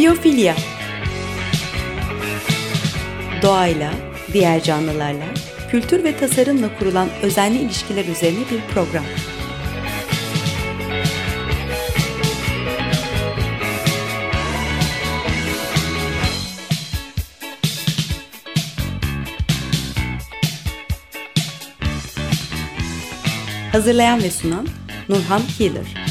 Biyofilya. Doğayla, diğer canlılarla, kültür ve tasarımla kurulan özenli ilişkiler üzerine bir program. Hazırlayan ve sunan Nurhan Healer.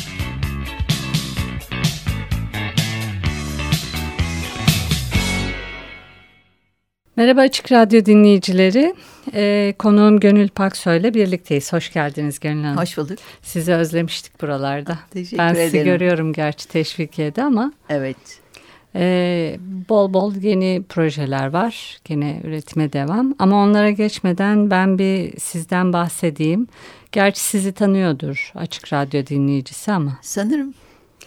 Merhaba Açık Radyo dinleyicileri. Konuğum Gönül Paksoy ile birlikteyiz. Hoş geldiniz Gönül Hanım. Hoş bulduk. Sizi özlemiştik buralarda. Teşekkür ben ederim. Sizi görüyorum gerçi Teşvikiye'de ama. Evet. Bol bol yeni projeler var. Gene üretime devam. Ama onlara geçmeden ben bir sizden bahsedeyim. Gerçi sizi tanıyordur Açık Radyo dinleyicisi ama. Sanırım.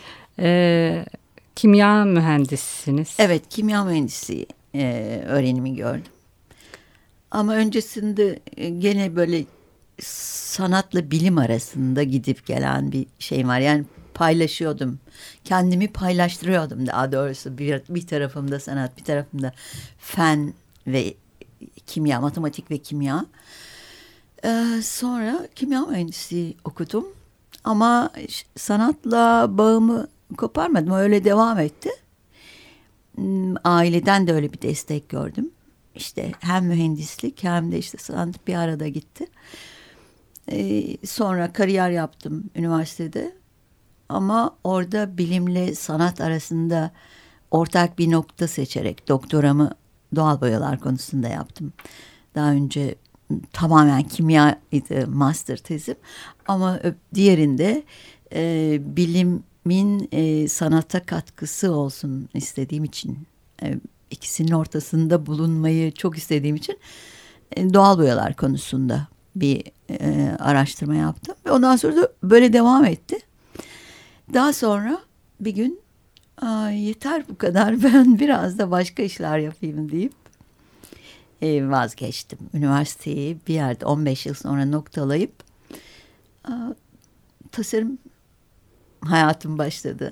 Kimya mühendisisiniz. Evet, kimya mühendisliği öğrenimi gördüm. Ama öncesinde gene böyle sanatla bilim arasında gidip gelen bir şey var. Yani paylaşıyordum. Kendimi paylaştırıyordum daha doğrusu. Bir tarafımda sanat, bir tarafımda fen ve kimya, matematik ve kimya. Sonra kimya mühendisliği okudum. Ama sanatla bağımı koparmadım. Öyle devam etti. Aileden de öyle bir destek gördüm. İşte hem mühendislik hem de işte sanat bir arada gitti. Sonra kariyer yaptım üniversitede. Ama orada bilimle sanat arasında ortak bir nokta seçerek doktoramı doğal boyalar konusunda yaptım. Daha önce tamamen kimyaydı master tezim. Ama diğerinde bilimin sanata katkısı olsun istediğim için, ikisinin ortasında bulunmayı çok istediğim için doğal boyalar konusunda bir araştırma yaptım. Ve ondan sonra da böyle devam etti. Daha sonra bir gün yeter bu kadar, ben biraz da başka işler yapayım deyip vazgeçtim. Üniversiteyi bir yerde 15 yıl sonra noktalayıp tasarım hayatım başladı.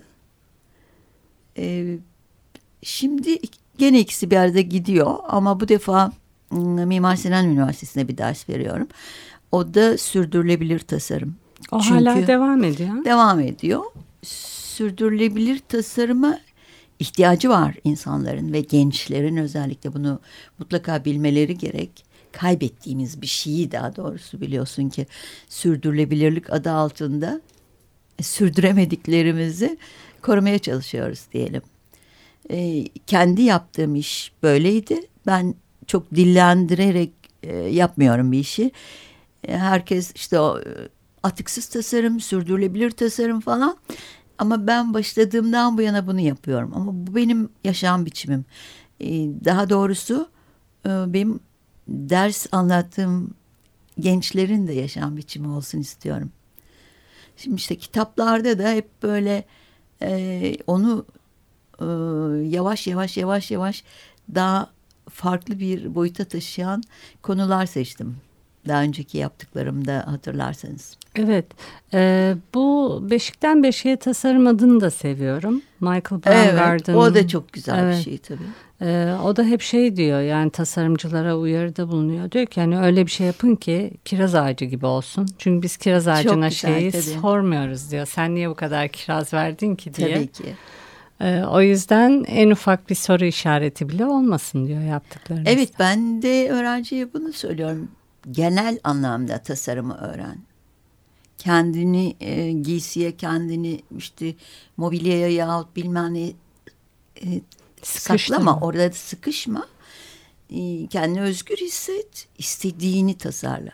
Şimdi gene ikisi bir arada gidiyor ama bu defa Mimar Sinan Üniversitesi'nde bir ders veriyorum. O da sürdürülebilir tasarım. O hala devam ediyor. Devam ediyor. Sürdürülebilir tasarıma ihtiyacı var insanların ve gençlerin, özellikle bunu mutlaka bilmeleri gerek. Kaybettiğimiz bir şeyi, daha doğrusu biliyorsun ki sürdürülebilirlik adı altında sürdüremediklerimizi korumaya çalışıyoruz diyelim. Kendi yaptığım iş böyleydi. Ben çok dillendirerek yapmıyorum bir işi. Herkes işte o atıksız tasarım, sürdürülebilir tasarım falan. Ama ben başladığımdan bu yana bunu yapıyorum. Ama bu benim yaşam biçimim. Daha doğrusu benim ders anlattığım gençlerin de yaşam biçimi olsun istiyorum. Şimdi işte kitaplarda da hep böyle onu yavaş yavaş daha farklı bir boyuta taşıyan konular seçtim. Daha önceki yaptıklarımda hatırlarsanız. Evet, bu Beşikten Beşiğe tasarım adını da seviyorum. Michael Baumgarten. Evet, o da çok güzel bir şey tabii. O da hep şey diyor, yani tasarımcılara uyarıda bulunuyor. Diyor ki hani öyle bir şey yapın ki kiraz ağacı gibi olsun. Çünkü biz kiraz ağacına şeyi sormuyoruz diyor. Sen niye bu kadar kiraz verdin ki diye. Tabii ki. O yüzden en ufak bir soru işareti bile olmasın diyor yaptıklarınızda. Evet, ben de öğrenciye bunu söylüyorum. Genel anlamda tasarımı öğren. Kendini giysiye, kendini işte mobilyaya yahut bilmem ne saklama, orada sıkışma. Kendini özgür hisset, istediğini tasarla.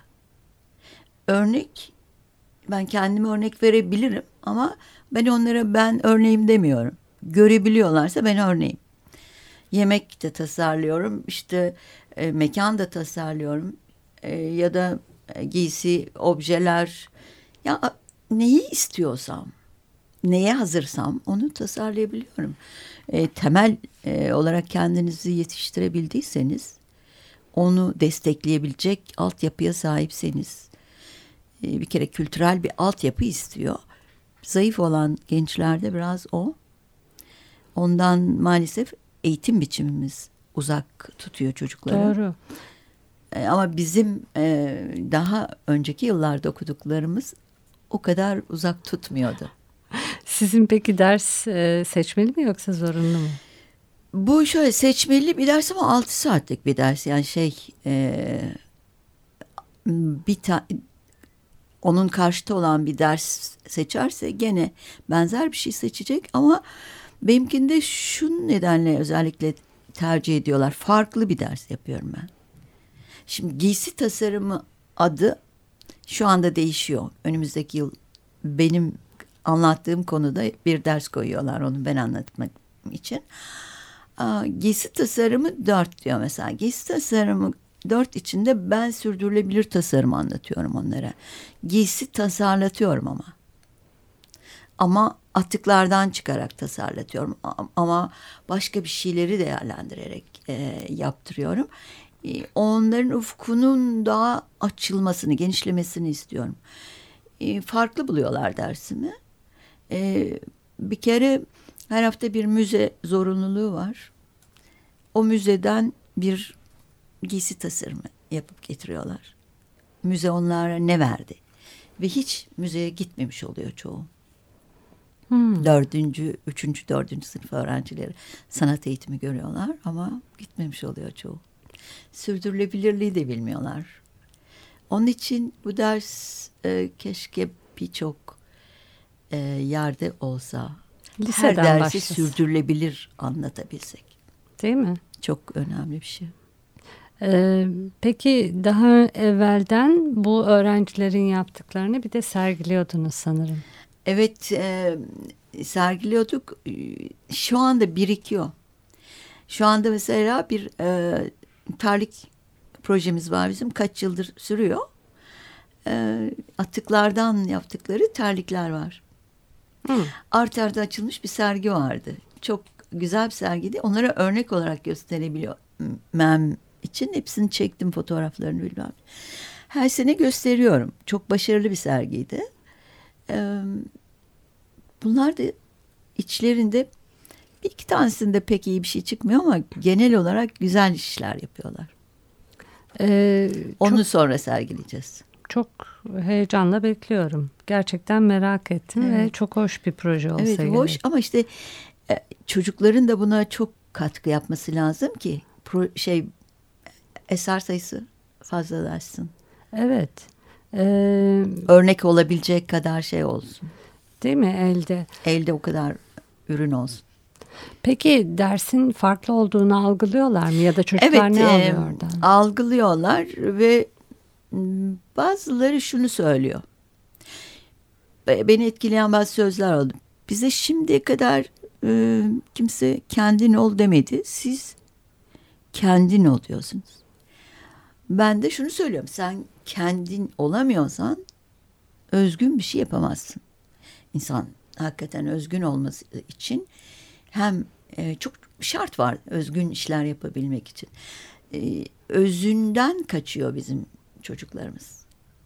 Ben kendime örnek verebilirim ama ben onlara ben örneğim demiyorum. Görebiliyorlarsa ben örneğim. Yemek de tasarlıyorum, işte mekan da tasarlıyorum. Ya da giysi, objeler, ya neyi istiyorsam, neye hazırsam onu tasarlayabiliyorum. Temel olarak kendinizi yetiştirebildiyseniz, onu destekleyebilecek altyapıya sahipseniz, bir kere kültürel bir altyapı istiyor. Zayıf olan gençlerde biraz o. Ondan maalesef eğitim biçimimiz uzak tutuyor çocukları. Doğru. Ama bizim daha önceki yıllarda okuduklarımız o kadar uzak tutmuyordu. Sizin peki ders seçmeli mi yoksa zorunlu mu? Bu şöyle seçmeli bir ders ama 6 saatlik bir ders. Yani onun karşıtı olan bir ders seçerse gene benzer bir şey seçecek ama benimkinde şu nedenle özellikle tercih ediyorlar. Farklı bir ders yapıyorum ben. Şimdi giysi tasarımı adı şu anda değişiyor. Önümüzdeki yıl benim anlattığım konuda bir ders koyuyorlar onu ben anlatmak için. Giysi tasarımı 4 diyor mesela. Giysi tasarımı 4 içinde ben sürdürülebilir tasarım anlatıyorum onlara. Giysi tasarlatıyorum ama atıklardan çıkarak tasarlatıyorum. Ama başka bir şeyleri değerlendirerek yaptırıyorum. Onların ufkunun daha açılmasını, genişlemesini istiyorum. Farklı buluyorlar dersimi. Bir kere her hafta bir müze zorunluluğu var. O müzeden bir giysi tasarımı yapıp getiriyorlar. Müze onlara ne verdi? Ve hiç müzeye gitmemiş oluyor çoğu. 4. 3. 4. sınıf öğrencileri sanat eğitimi görüyorlar ama gitmemiş oluyor çoğu. Sürdürülebilirliği de bilmiyorlar. Onun için bu ders keşke birçok yerde olsa. Liseden her dersi başlasın. Sürdürülebilir anlatabilsek. Değil mi? Çok önemli bir şey. Peki daha evvelden bu öğrencilerin yaptıklarını bir de sergiliyordunuz sanırım. Evet, sergiliyorduk. Şu anda birikiyor. Şu anda mesela bir terlik projemiz var bizim. Kaç yıldır sürüyor. Atıklardan yaptıkları terlikler var. Art arda açılmış bir sergi vardı. Çok güzel bir sergiydi. Onlara örnek olarak gösterebiliyorum için hepsini çektim fotoğraflarını bilmem. Her sene gösteriyorum. Çok başarılı bir sergiydi. Bunlar da içlerinde bir iki tanesinde pek iyi bir şey çıkmıyor ama genel olarak güzel işler yapıyorlar. Onu sonra sergileyeceğiz. Çok heyecanla bekliyorum. Gerçekten merak ettim ve çok hoş bir proje olsa gerek. Evet, hoş ama işte çocukların da buna çok katkı yapması lazım ki eser sayısı fazlalaşsın. Evet. Örnek olabilecek kadar şey olsun. Değil mi elde? Elde o kadar ürün olsun. Peki dersin farklı olduğunu algılıyorlar mı ya da çocuklar ne alıyor oradan? Algılıyorlar ve bazıları şunu söylüyor. Beni etkileyen bazı sözler oldu. Bize şimdiye kadar kimse kendin ol demedi. Siz kendin ol diyorsunuz. Ben de şunu söylüyorum. Sen kendin olamıyorsan özgün bir şey yapamazsın. İnsan hakikaten özgün olması için hem çok şart var özgün işler yapabilmek için. Özünden kaçıyor bizim çocuklarımız.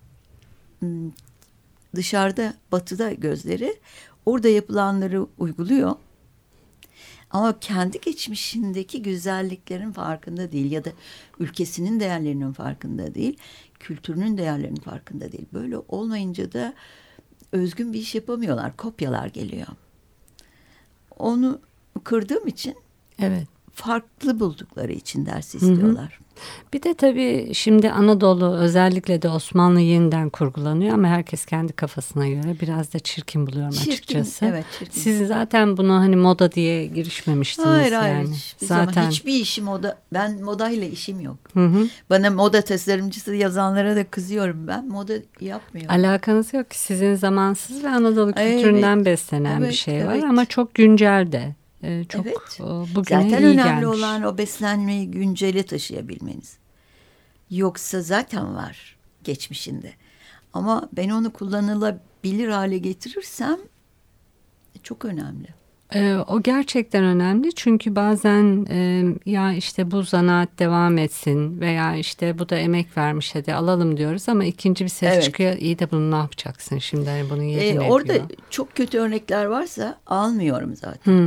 Dışarıda, batıda gözleri orada yapılanları uyguluyor. Ama kendi geçmişindeki güzelliklerin farkında değil ya da ülkesinin değerlerinin farkında değil, kültürünün değerlerinin farkında değil. Böyle olmayınca da özgün bir iş yapamıyorlar, kopyalar geliyor. Onu kırdığım için farklı buldukları için ders istiyorlar. Bir de tabii şimdi Anadolu özellikle de Osmanlı yeniden kurgulanıyor ama herkes kendi kafasına göre biraz da çirkin buluyorum açıkçası. Evet, çirkin. Siz zaten bunu hani moda diye girişmemiştiniz hayır, yani. Zaten hiçbir işim moda. Ben modayla işim yok. Hı. Bana moda tasarımcısı yazanlara da kızıyorum. Ben moda yapmıyorum. Alakanız yok ki sizin zamansız ve Anadolu kültüründen beslenen bir şey var ama çok güncel de. Çok bugüne zaten iyi önemli gelmiş. olan o beslenmeyi güncele taşıyabilmeniz. Yoksa zaten var geçmişinde. Ama ben onu kullanılabilir hale getirirsem çok önemli. O gerçekten önemli çünkü bazen ya işte bu zanaat devam etsin veya işte bu da emek vermiş hadi alalım diyoruz ama ikinci bir ses çıkıyor. İyi de bunu ne yapacaksın şimdi hani bunu yedin ediyor. Orada çok kötü örnekler varsa almıyorum zaten.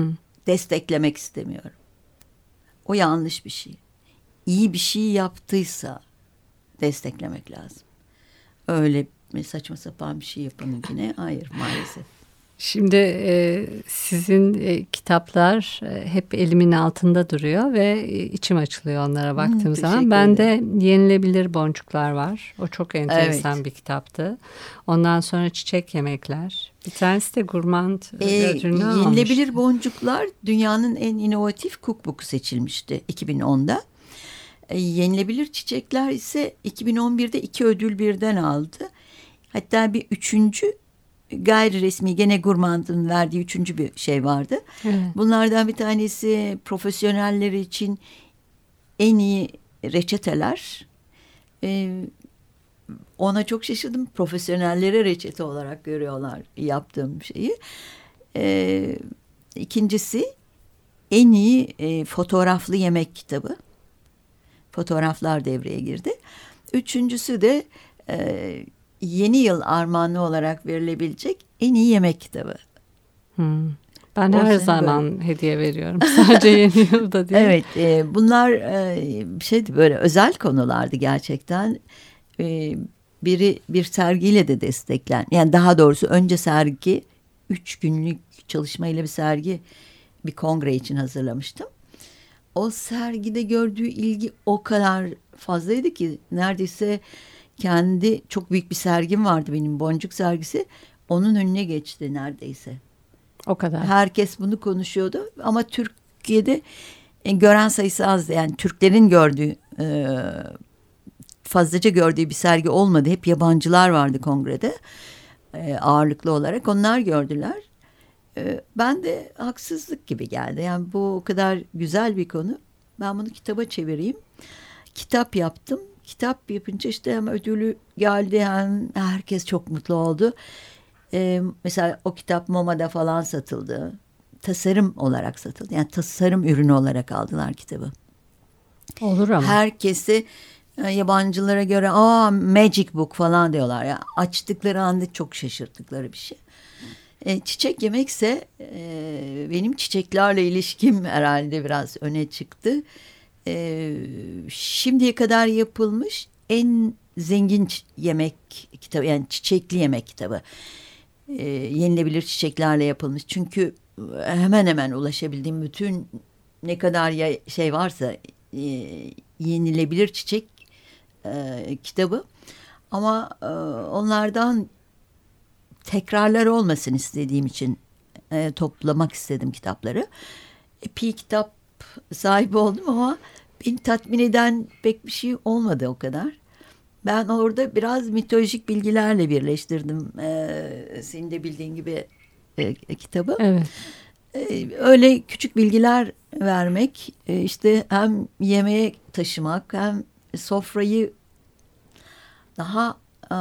desteklemek istemiyorum. O yanlış bir şey. İyi bir şey yaptıysa desteklemek lazım. Öyle saçma sapan bir şey yapanın yine hayır maalesef. Şimdi sizin kitaplar hep elimin altında duruyor ve içim açılıyor onlara baktığım zaman. Bende Yenilebilir Boncuklar var. O çok enteresan bir kitaptı. Ondan sonra Çiçek Yemekler. Bir tanesi de Gurmand ödülünü almıştı. Yenilebilir Boncuklar dünyanın en inovatif cookbook'u seçilmişti 2010'da. Yenilebilir Çiçekler ise 2011'de 2 ödül birden aldı. Hatta bir 3. gayri resmi gene Gurmand'ın verdiği 3. bir şey vardı. Evet. Bunlardan bir tanesi profesyoneller için en iyi reçeteler. Ona çok şaşırdım. Profesyonellere reçete olarak görüyorlar yaptığım şeyi. İkincisi en iyi fotoğraflı yemek kitabı. Fotoğraflar devreye girdi. Üçüncüsü de yeni yıl armağanı olarak verilebilecek en iyi yemek kitabı. Ben her zaman hediye veriyorum. Sadece yeni yılda değil. Evet, bunlar böyle özel konulardı gerçekten. Biri bir sergiyle de desteklen. Yani daha doğrusu önce sergi 3 günlük çalışmayla bir sergi, bir kongre için hazırlamıştım. O sergide gördüğü ilgi o kadar fazlaydı ki neredeyse kendi çok büyük bir sergim vardı benim, boncuk sergisi. Onun önüne geçti neredeyse. O kadar. Herkes bunu konuşuyordu ama Türkiye'de gören sayısı azdı. Yani Türklerin gördüğü, fazlaca gördüğü bir sergi olmadı. Hep yabancılar vardı kongrede ağırlıklı olarak. Onlar gördüler. Ben de haksızlık gibi geldi. Yani bu o kadar güzel bir konu. Ben bunu kitaba çevireyim. Kitap yaptım. Kitap yapınca işte hem ödülü geldi hem herkes çok mutlu oldu. Mesela o kitap MoMA'da falan satıldı. Tasarım olarak satıldı. Yani tasarım ürünü olarak aldılar kitabı. Olur ama. Herkesi yabancılara göre magic book falan diyorlar. Yani açtıkları anda çok şaşırttıkları bir şey. Çiçek yemekse benim çiçeklerle ilişkim herhalde biraz öne çıktı. Şimdiye kadar yapılmış en zengin yemek kitabı, yani çiçekli yemek kitabı. Yenilebilir çiçeklerle yapılmış. Çünkü hemen hemen ulaşabildiğim bütün ne kadar şey varsa yenilebilir çiçek kitabı. Ama onlardan tekrarlar olmasın istediğim için toplamak istedim kitapları. Epey kitap sahibi oldum ama beni tatmin eden pek bir şey olmadı o kadar. Ben orada biraz mitolojik bilgilerle birleştirdim. Senin de bildiğin gibi kitabı. Evet. Öyle küçük bilgiler vermek, işte hem yemeğe taşımak hem sofrayı daha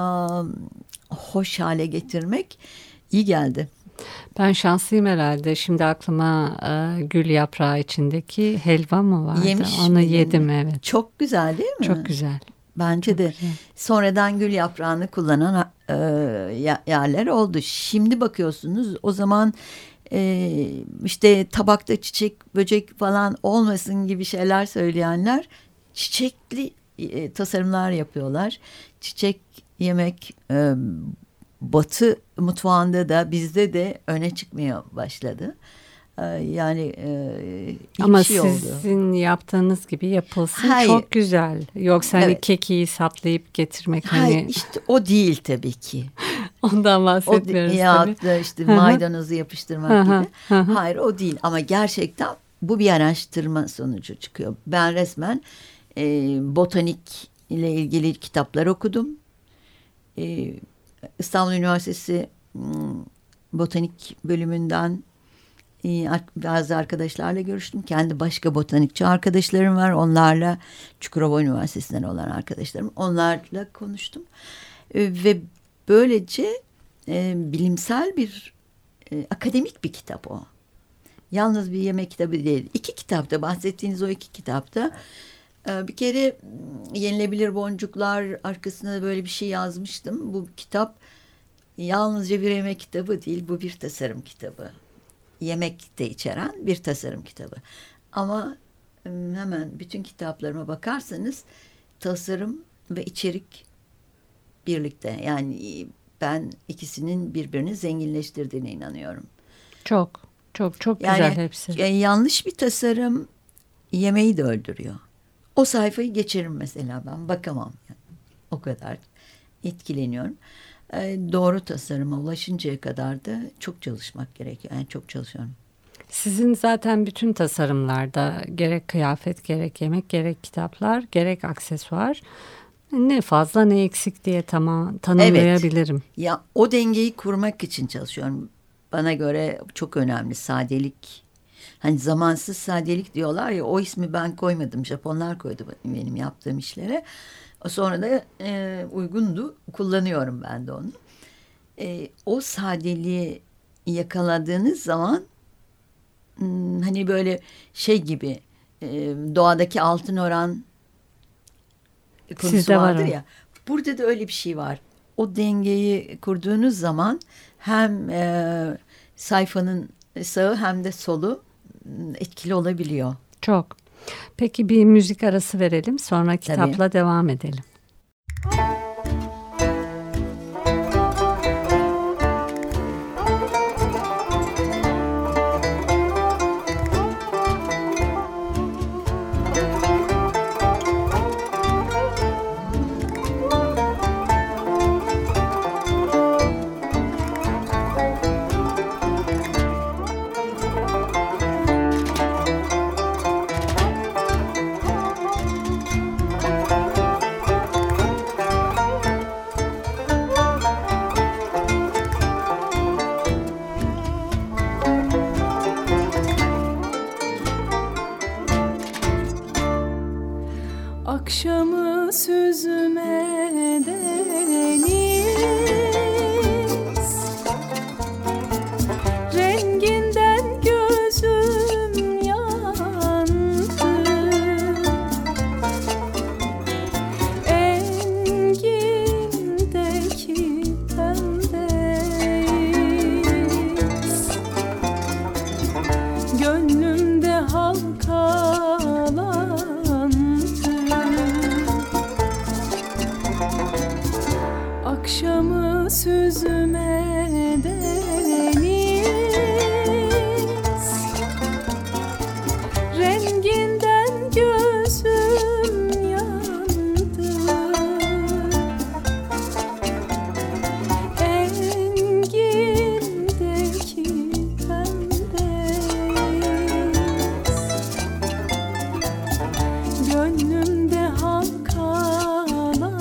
hoş hale getirmek iyi geldi. Ben şanslıyım herhalde. Şimdi aklıma gül yaprağı içindeki helva mı vardı? Onu yedim, evet. Çok güzel değil mi? Çok güzel. Bence çok de güzel. Sonradan gül yaprağını kullanan yerler oldu. Şimdi bakıyorsunuz o zaman işte tabakta çiçek böcek falan olmasın gibi şeyler söyleyenler çiçekli tasarımlar yapıyorlar. Çiçek yemek Batı mutfağında da bizde de öne çıkmaya başladı. Yani ama şey oldu. Sizin yaptığınız gibi yapılsın. Hayır. Çok güzel. Yoksa hani kekiği saplayıp getirmek. Hayır, işte o değil tabii ki. Ondan bahsetmiyoruz tabii. Ya işte maydanozu yapıştırmak gibi. Hayır, o değil ama gerçekten bu bir araştırma sonucu çıkıyor. Ben resmen botanik ile ilgili kitaplar okudum. İstanbul Üniversitesi botanik bölümünden bazı arkadaşlarla görüştüm. Kendi başka botanikçi arkadaşlarım var. Onlarla Çukurova Üniversitesi'nden olan arkadaşlarım. Onlarla konuştum. Ve böylece bilimsel bir akademik bir kitap o. Yalnız bir yemek kitabı değil. 2 kitapta, bahsettiğiniz o 2 kitapta bir kere Yenilebilir Boncuklar arkasına böyle bir şey yazmıştım. Bu kitap yalnızca bir yemek kitabı değil, bu bir tasarım kitabı. yemek de içeren bir tasarım kitabı. Ama hemen bütün kitaplarıma bakarsanız tasarım ve içerik birlikte. Yani ben ikisinin birbirini zenginleştirdiğine inanıyorum. Çok güzel hepsi. Yanlış bir tasarım yemeği de öldürüyor. O sayfayı geçiririm mesela, ben bakamam. Yani. O kadar etkileniyorum. Doğru tasarıma ulaşıncaya kadar da çok çalışmak gerekiyor. Yani çok çalışıyorum. Sizin zaten bütün tasarımlarda gerek kıyafet, gerek yemek, gerek kitaplar, gerek aksesuar, ne fazla ne eksik diye tanımlayabilirim. Evet. Ya o dengeyi kurmak için çalışıyorum. Bana göre çok önemli sadelik. Hani zamansız sadelik diyorlar ya, o ismi ben koymadım. Japonlar koydu benim yaptığım işlere. Sonra da uygundu. Kullanıyorum ben de onu. O sadeliği yakaladığınız zaman hani böyle şey gibi doğadaki altın oran konusu Sizde vardır var ya. Burada da öyle bir şey var. O dengeyi kurduğunuz zaman hem sayfanın sağı hem de solu etkili olabiliyor. Çok. Peki bir müzik arası verelim, sonra kitapla devam edelim. Akşamı süzme deniz, renginden gözüm yandı. Engindeki pembeyiz, gönlümde halkalar. Akşamı süzme deniz, renginden gözüm yandı. Engindeki pembeyiz, gönlümde halkalar.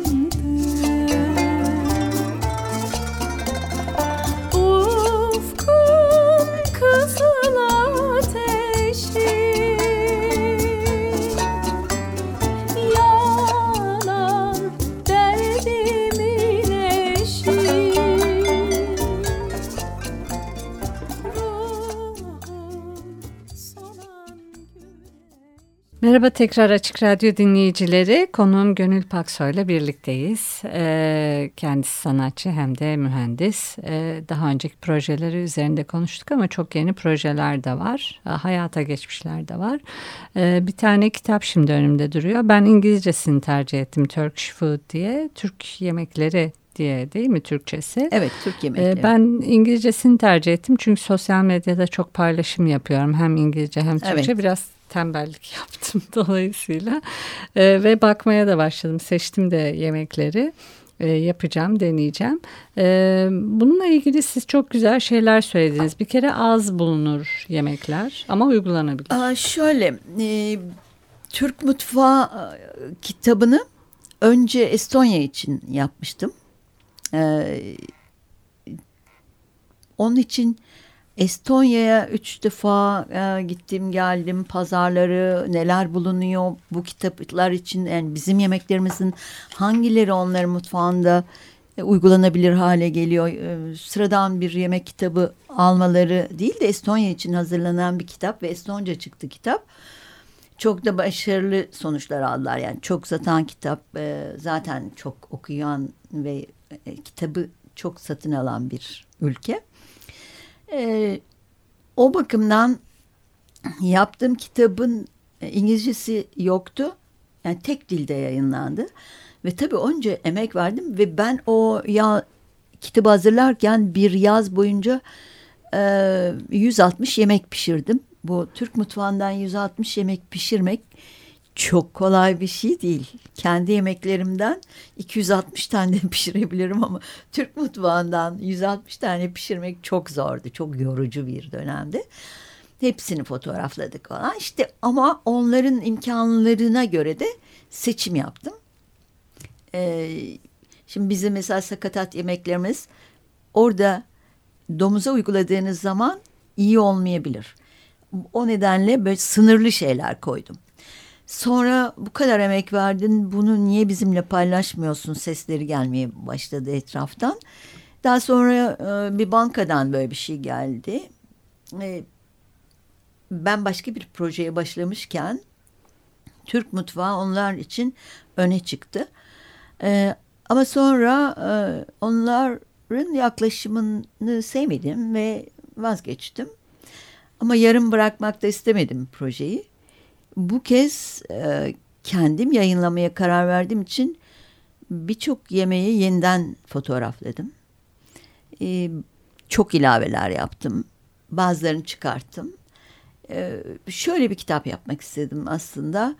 Merhaba tekrar Açık Radyo dinleyicileri. Konuğum Gönül Paksoy'la birlikteyiz. Kendisi sanatçı hem de mühendis. Daha önceki projeleri üzerinde konuştuk ama çok yeni projeler de var. Hayata geçmişler de var. Bir tane kitap şimdi önümde duruyor. Ben İngilizcesini tercih ettim. Turkish Food diye. Türk yemekleri diye, değil mi Türkçesi? Evet, Türk yemekleri. Ben İngilizcesini tercih ettim çünkü sosyal medyada çok paylaşım yapıyorum. Hem İngilizce hem Türkçe. Evet. Biraz tembellik yaptım dolayısıyla ve bakmaya da başladım. Seçtim de yemekleri. Yapacağım, deneyeceğim. Bununla ilgili siz çok güzel şeyler söylediniz. Bir kere az bulunur yemekler ama uygulanabilir. Şöyle, Türk mutfağı kitabını önce Estonya için yapmıştım. Onun için Estonya'ya 3 defa gittim geldim, pazarları neler bulunuyor bu kitaplar için, yani bizim yemeklerimizin hangileri onların mutfağında uygulanabilir hale geliyor. Sıradan bir yemek kitabı almaları değil de Estonya için hazırlanan bir kitap ve Estonca çıktı kitap. Çok da başarılı sonuçlar aldılar, yani çok satan kitap, zaten çok okuyan ve kitabı çok satın alan bir ülke. O bakımdan yaptığım kitabın İngilizcesi yoktu. Yani tek dilde yayınlandı. Ve tabii onca emek verdim ve ben o kitabı hazırlarken bir yaz boyunca 160 yemek pişirdim. Bu Türk mutfağından 160 yemek pişirmek çok kolay bir şey değil. Kendi yemeklerimden 260 tane pişirebilirim ama Türk mutfağından 160 tane pişirmek çok zordu. Çok yorucu bir dönemdi. Hepsini fotoğrafladık falan. İşte ama onların imkanlarına göre de seçim yaptım. Şimdi bizim mesela sakatat yemeklerimiz orada domuza uyguladığınız zaman iyi olmayabilir. O nedenle böyle sınırlı şeyler koydum. Sonra bu kadar emek verdin, bunu niye bizimle paylaşmıyorsun sesleri gelmeye başladı etraftan. Daha sonra bir bankadan böyle bir şey geldi. Ben başka bir projeye başlamışken Türk mutfağı onlar için öne çıktı. Ama sonra onların yaklaşımını sevmedim ve vazgeçtim. Ama yarım bırakmak da istemedim projeyi. Bu kez kendim yayınlamaya karar verdiğim için birçok yemeği yeniden fotoğrafladım. Çok ilaveler yaptım. Bazılarını çıkarttım. Şöyle bir kitap yapmak istedim aslında.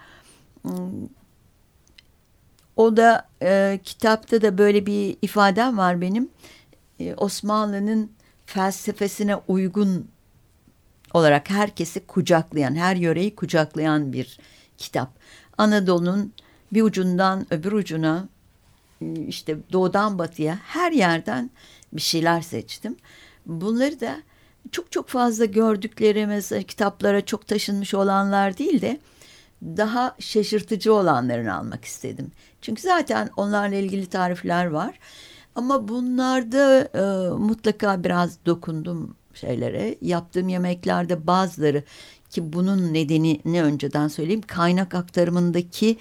O da kitapta da böyle bir ifadem var benim. Osmanlı'nın felsefesine uygun olarak herkesi kucaklayan, her yöreyi kucaklayan bir kitap. Anadolu'nun bir ucundan öbür ucuna, işte doğudan batıya her yerden bir şeyler seçtim. Bunları da çok fazla gördüklerimiz, kitaplara çok taşınmış olanlar değil de daha şaşırtıcı olanlarını almak istedim. Çünkü zaten onlarla ilgili tarifler var. Ama bunlarda mutlaka biraz dokundum şeylere. Yaptığım yemeklerde bazıları, ki bunun nedenini önceden söyleyeyim, kaynak aktarımındaki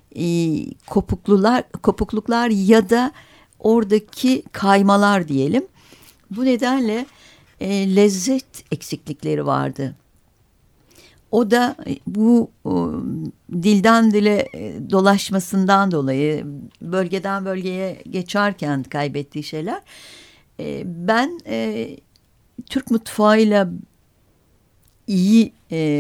kopukluklar ya da oradaki kaymalar diyelim. Bu nedenle lezzet eksiklikleri vardı. O da bu dilden dile dolaşmasından dolayı bölgeden bölgeye geçerken kaybettiği şeyler. Ben Türk mutfağıyla iyi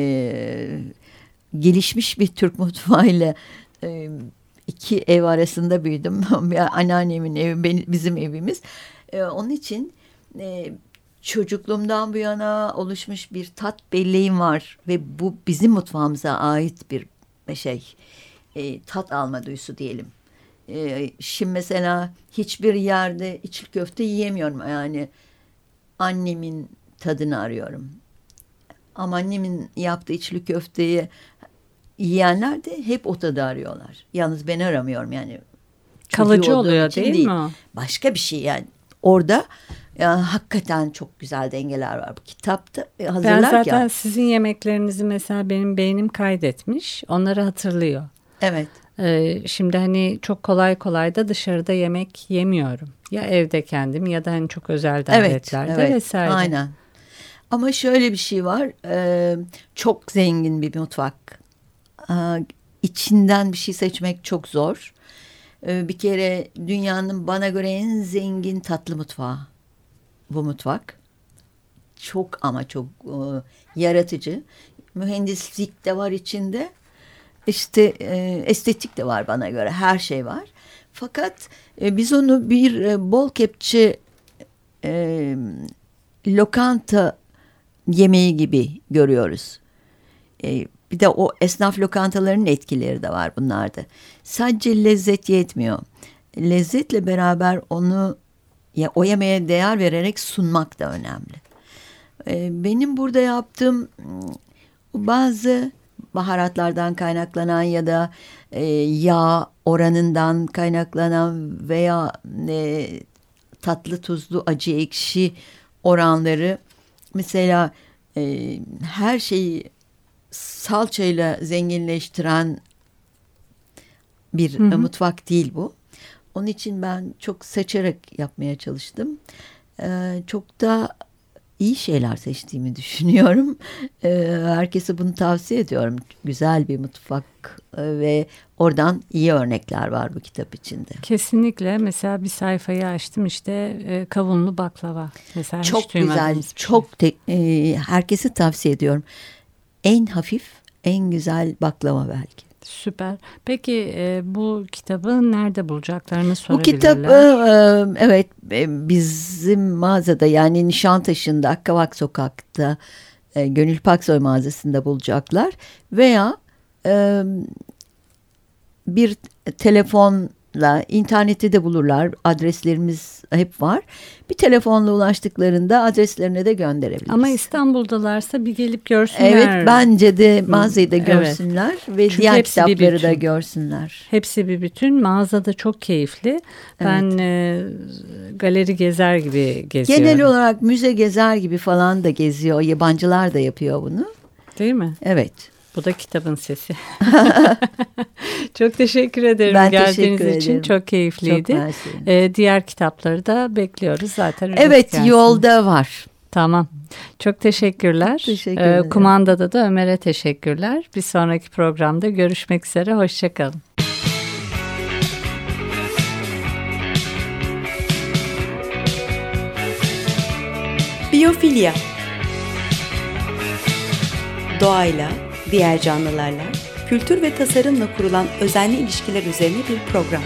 gelişmiş bir Türk mutfağıyla iki ev arasında büyüdüm. Anneannemin evi, bizim evimiz. Onun için çocukluğumdan bu yana oluşmuş bir tat belleğim var ve bu bizim mutfağımıza ait bir şey, tat alma duyusu diyelim. Şimdi mesela hiçbir yerde içli köfte yiyemiyorum, yani annemin tadını arıyorum. Ama annemin yaptığı içli köfteyi yiyenler de hep o tadı arıyorlar. Yalnız ben aramıyorum, yani kalıcı oluyor değil mi? Başka bir şey yani. Orada hakikaten çok güzel dengeler var bu kitapta hazırlarken. Ben zaten sizin yemeklerinizi mesela benim beynim kaydetmiş. Onları hatırlıyor. Evet. Şimdi hani çok kolay da dışarıda yemek yemiyorum. Ya evde kendim ya da hani çok özel davetlerde vesaire. Aynen. Ama şöyle bir şey var. Çok zengin bir mutfak. İçinden bir şey seçmek çok zor. Bir kere dünyanın bana göre en zengin tatlı mutfağı bu mutfak. Çok ama çok yaratıcı. Mühendislik de var içinde. İşte estetik de var bana göre. Her şey var. Fakat biz onu bir bol kepçe lokanta yemeği gibi görüyoruz. Bir de o esnaf lokantalarının etkileri de var bunlarda. Sadece lezzet yetmiyor. Lezzetle beraber onu o yemeğe değer vererek sunmak da önemli. Benim burada yaptığım bazı baharatlardan kaynaklanan ya da yağ oranından kaynaklanan veya tatlı, tuzlu, acı, ekşi oranları, mesela her şeyi salçayla zenginleştiren bir mutfak değil bu. Onun için ben çok seçerek yapmaya çalıştım. Çok da iyi şeyler seçtiğimi düşünüyorum. Herkese bunu tavsiye ediyorum. Güzel bir mutfak ve oradan iyi örnekler var bu kitap içinde. Kesinlikle. Mesela bir sayfayı açtım, işte kavunlu baklava. Mesela Çok hiç duymadığımız güzel, bir çok herkese tavsiye ediyorum. En hafif, en güzel baklava belki. Süper. Peki bu kitabı nerede bulacaklarını Bu sorabilirler. kitabı evet bizim mağazada, yani Nişantaşı'nda Akkavak Sokak'ta Gönül Paksoy mağazasında bulacaklar veya bir telefonla internette de bulurlar. Adreslerimiz hep var. Bir telefonla ulaştıklarında adreslerine de gönderebiliriz. Ama İstanbul'dalarsa bir gelip görsünler. Evet, bence de mağazayı da görsünler ve Çünkü diğer hepsi bir kitapları da bütün. görsünler. Hepsi bir bütün. Mağazada çok keyifli. Ben galeri gezer gibi geziyorum. Genel olarak müze gezer gibi falan da geziyor. Yabancılar da yapıyor bunu. Değil mi? Evet. Bu da kitabın sesi. Çok teşekkür ederim Ben geldiğiniz teşekkür için. ederim. Çok keyifliydi. Çok mersi. Diğer kitapları da bekliyoruz zaten. Evet, gelsin. yolda var. Tamam. Çok teşekkürler. Teşekkür ederim. Kumandada da Ömer'e teşekkürler. Bir sonraki programda görüşmek üzere. Hoşçakalın. Biyofilya. Doğayla, diğer canlılarla, kültür ve tasarımla kurulan özenli ilişkiler üzerine bir program.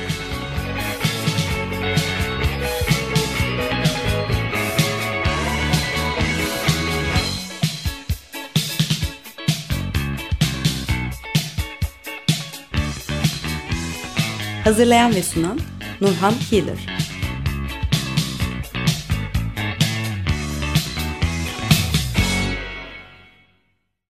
Hazırlayan ve sunan Nurhan Healer.